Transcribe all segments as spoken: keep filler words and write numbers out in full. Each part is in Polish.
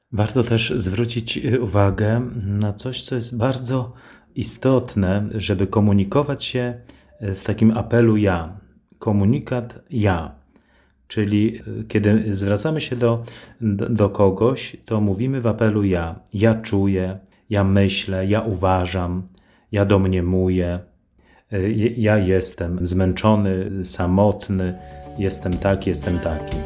Warto też zwrócić y, uwagę na coś, co jest bardzo istotne, żeby komunikować się y, w takim apelu ja. Komunikat ja. Czyli y, kiedy zwracamy się do, do, do kogoś, to mówimy w apelu ja. Ja czuję, ja myślę, ja uważam, ja domniemuję, y, ja jestem zmęczony, samotny, jestem taki, jestem taki.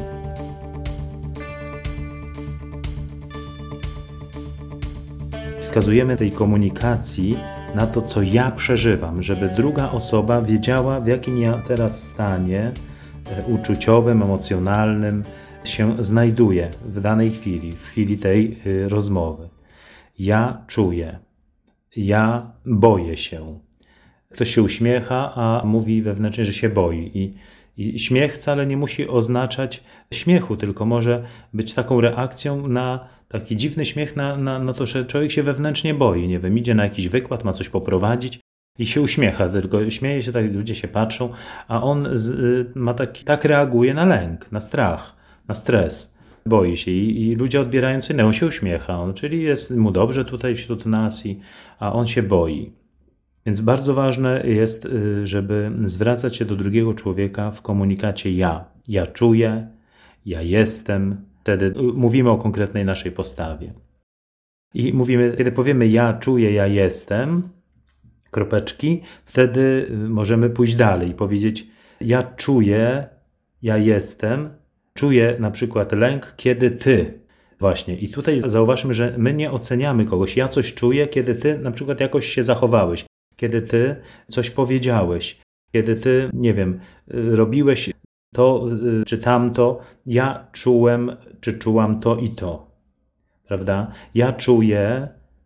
Wskazujemy tej komunikacji na to, co ja przeżywam, żeby druga osoba wiedziała, w jakim ja teraz stanie e, uczuciowym, emocjonalnym się znajduję w danej chwili, w chwili tej y, rozmowy. Ja czuję, ja boję się. Ktoś się uśmiecha, a mówi wewnętrznie, że się boi. I, I śmiech wcale nie musi oznaczać śmiechu, tylko może być taką reakcją na taki dziwny śmiech, na, na, na to, że człowiek się wewnętrznie boi. Nie wiem, idzie na jakiś wykład, ma coś poprowadzić i się uśmiecha, tylko śmieje się, tak ludzie się patrzą, a on z, y, ma taki, tak reaguje na lęk, na strach, na stres. Boi się i, i ludzie odbierają co innego. On się uśmiecha, on, czyli jest mu dobrze tutaj wśród nas, i, a on się boi. Więc bardzo ważne jest, żeby zwracać się do drugiego człowieka w komunikacie ja. Ja czuję, ja jestem. Wtedy mówimy o konkretnej naszej postawie. I mówimy, kiedy powiemy ja czuję, ja jestem, kropeczki, wtedy możemy pójść dalej i powiedzieć ja czuję, ja jestem, czuję na przykład lęk, kiedy ty. Właśnie. I tutaj zauważmy, że my nie oceniamy kogoś. Ja coś czuję, kiedy ty na przykład jakoś się zachowałeś. Kiedy ty coś powiedziałeś, kiedy ty, nie wiem, robiłeś to czy tamto, ja czułem, czy czułam to i to, prawda? Ja czuję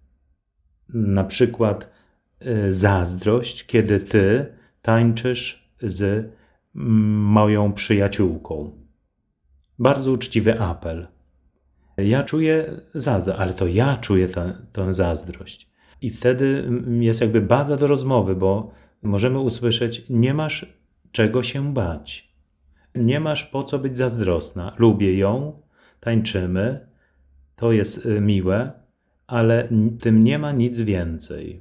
na przykład zazdrość, kiedy ty tańczysz z moją przyjaciółką. Bardzo uczciwy apel. Ja czuję zazdrość, ale to ja czuję tę zazdrość. I wtedy jest jakby baza do rozmowy, bo możemy usłyszeć, nie masz czego się bać. Nie masz po co być zazdrosna. Lubię ją, tańczymy, to jest miłe, ale tym nie ma nic więcej.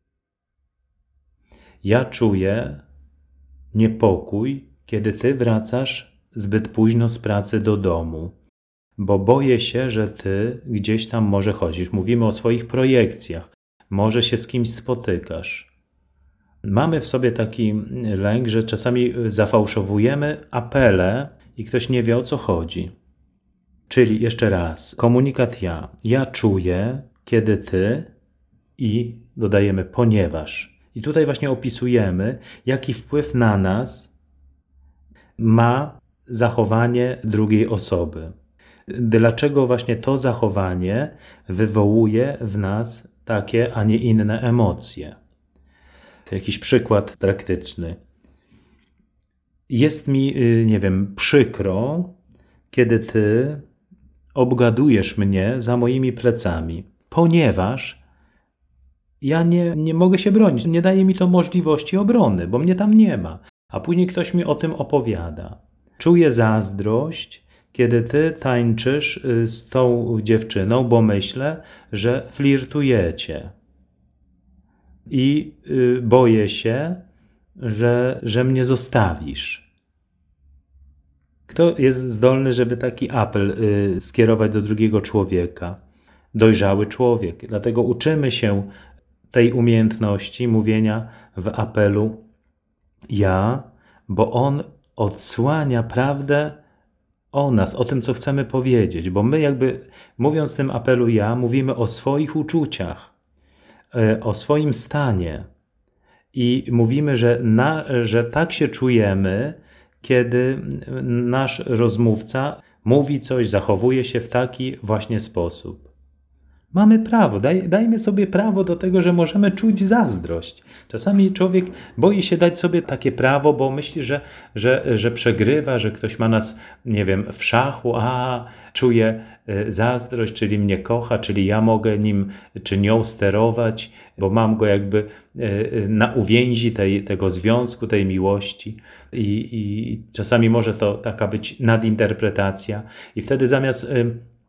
Ja czuję niepokój, kiedy ty wracasz zbyt późno z pracy do domu, bo boję się, że ty gdzieś tam może chodzisz. Mówimy o swoich projekcjach. Może się z kimś spotykasz. Mamy w sobie taki lęk, że czasami zafałszowujemy apele i ktoś nie wie, o co chodzi. Czyli jeszcze raz, komunikat ja. Ja czuję, kiedy ty i dodajemy ponieważ. I tutaj właśnie opisujemy, jaki wpływ na nas ma zachowanie drugiej osoby. Dlaczego właśnie to zachowanie wywołuje w nas takie, a nie inne emocje. Jakiś przykład praktyczny. Jest mi, nie wiem, przykro, kiedy ty obgadujesz mnie za moimi plecami, ponieważ ja nie, nie mogę się bronić. Nie daje mi to możliwości obrony, bo mnie tam nie ma. A później ktoś mi o tym opowiada. Czuję zazdrość, kiedy ty tańczysz z tą dziewczyną, bo myślę, że flirtujecie. I y, boję się, że, że mnie zostawisz. Kto jest zdolny, żeby taki apel y, skierować do drugiego człowieka? Dojrzały człowiek. Dlatego uczymy się tej umiejętności mówienia w apelu ja, bo on odsłania prawdę o nas, o tym, co chcemy powiedzieć. Bo my jakby, mówiąc w tym apelu ja, mówimy o swoich uczuciach, o swoim stanie i mówimy, że, na, że tak się czujemy, kiedy nasz rozmówca mówi coś, zachowuje się w taki właśnie sposób. Mamy prawo, daj, dajmy sobie prawo do tego, że możemy czuć zazdrość. Czasami człowiek boi się dać sobie takie prawo, bo myśli, że, że, że przegrywa, że ktoś ma nas, nie wiem, w szachu, a czuje zazdrość, czyli mnie kocha, czyli ja mogę nim czy nią sterować, bo mam go jakby na uwięzi tej, tego związku, tej miłości. I, I czasami może to taka być nadinterpretacja. I wtedy zamiast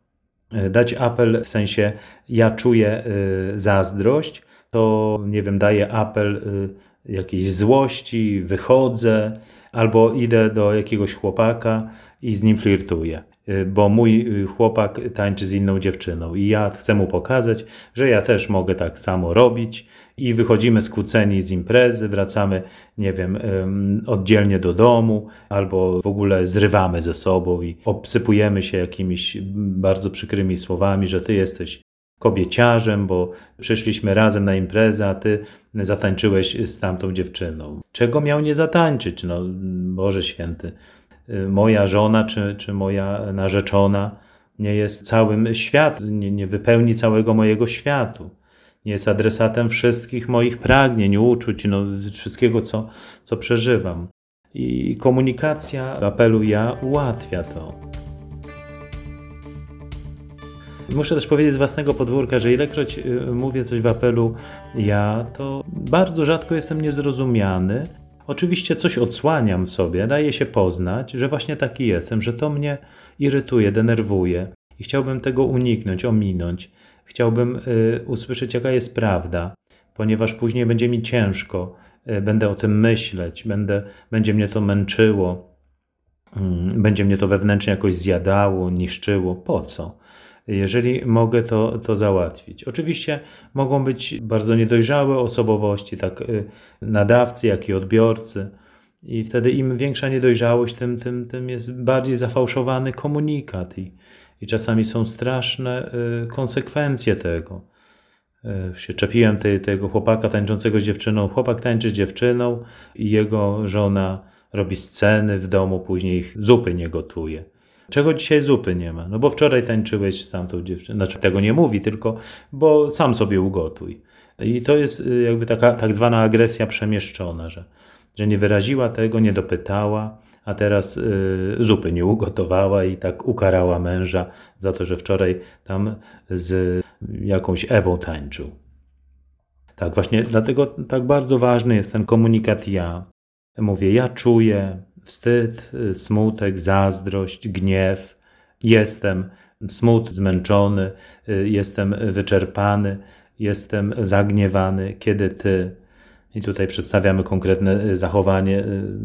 dać apel w sensie ja czuję y, zazdrość, to nie wiem, daję apel y, jakiejś złości, wychodzę albo idę do jakiegoś chłopaka i z nim flirtuję, y, bo mój y, chłopak tańczy z inną dziewczyną i ja chcę mu pokazać, że ja też mogę tak samo robić i wychodzimy skłóceni z imprezy, wracamy, nie wiem, ym, oddzielnie do domu albo w ogóle zrywamy ze sobą i obsypujemy się jakimiś bardzo przykrymi słowami, że ty jesteś kobieciarzem, bo przyszliśmy razem na imprezę, a ty zatańczyłeś z tamtą dziewczyną. Czego miał nie zatańczyć? No, Boże Święty. Moja żona czy, czy moja narzeczona nie jest całym światem, nie, nie wypełni całego mojego światu. Nie jest adresatem wszystkich moich pragnień, uczuć, no, wszystkiego, co, co przeżywam. I komunikacja apelu ja ułatwia to. Muszę też powiedzieć z własnego podwórka, że ilekroć mówię coś w apelu ja, to bardzo rzadko jestem niezrozumiany. Oczywiście coś odsłaniam w sobie, daje się poznać, że właśnie taki jestem, że to mnie irytuje, denerwuje i chciałbym tego uniknąć, ominąć. Chciałbym y, usłyszeć, jaka jest prawda, ponieważ później będzie mi ciężko, y, będę o tym myśleć, będę, będzie mnie to męczyło, y, będzie mnie to wewnętrznie jakoś zjadało, niszczyło. Po co? Jeżeli mogę to, to załatwić. Oczywiście mogą być bardzo niedojrzałe osobowości, tak y, nadawcy, jak i odbiorcy. I wtedy im większa niedojrzałość, tym, tym, tym jest bardziej zafałszowany komunikat. I, i czasami są straszne y, konsekwencje tego. Y, się czepiłem tej, tego chłopaka tańczącego z dziewczyną. Chłopak tańczy z dziewczyną i jego żona robi sceny w domu, później ich zupy nie gotuje. Czego dzisiaj zupy nie ma? No bo wczoraj tańczyłeś z tamtą dziewczyną. Znaczy tego nie mówi, tylko bo sam sobie ugotuj. I to jest jakby taka tak zwana agresja przemieszczona, że, że nie wyraziła tego, nie dopytała, a teraz y, zupy nie ugotowała i tak ukarała męża za to, że wczoraj tam z jakąś Ewą tańczył. Tak, właśnie dlatego tak bardzo ważny jest ten komunikat ja. Mówię, ja czuję wstyd, smutek, zazdrość, gniew. Jestem smut, zmęczony, jestem wyczerpany, jestem zagniewany, kiedy ty. I tutaj przedstawiamy konkretne zachowanie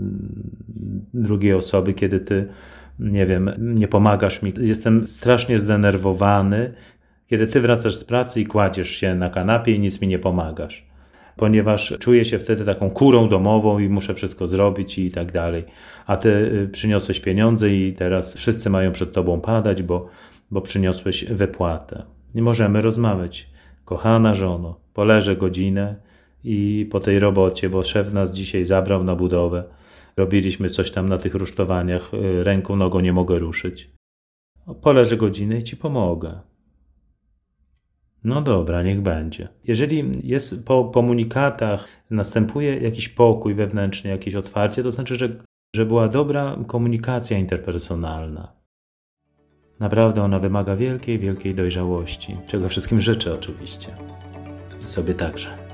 drugiej osoby, kiedy ty, nie wiem, nie pomagasz mi. Jestem strasznie zdenerwowany, kiedy ty wracasz z pracy i kładziesz się na kanapie i nic mi nie pomagasz. Ponieważ czuję się wtedy taką kurą domową i muszę wszystko zrobić i tak dalej. A ty przyniosłeś pieniądze i teraz wszyscy mają przed tobą padać, bo, bo przyniosłeś wypłatę. Nie możemy rozmawiać. Kochana żono, poleżę godzinę i po tej robocie, bo szef nas dzisiaj zabrał na budowę. Robiliśmy coś tam na tych rusztowaniach, ręką, nogą nie mogę ruszyć. Poleżę godzinę i ci pomogę. No dobra, niech będzie. Jeżeli jest po komunikatach, następuje jakiś pokój wewnętrzny, jakieś otwarcie, to znaczy, że, że była dobra komunikacja interpersonalna. Naprawdę ona wymaga wielkiej, wielkiej dojrzałości, czego wszystkim życzę oczywiście. I sobie także.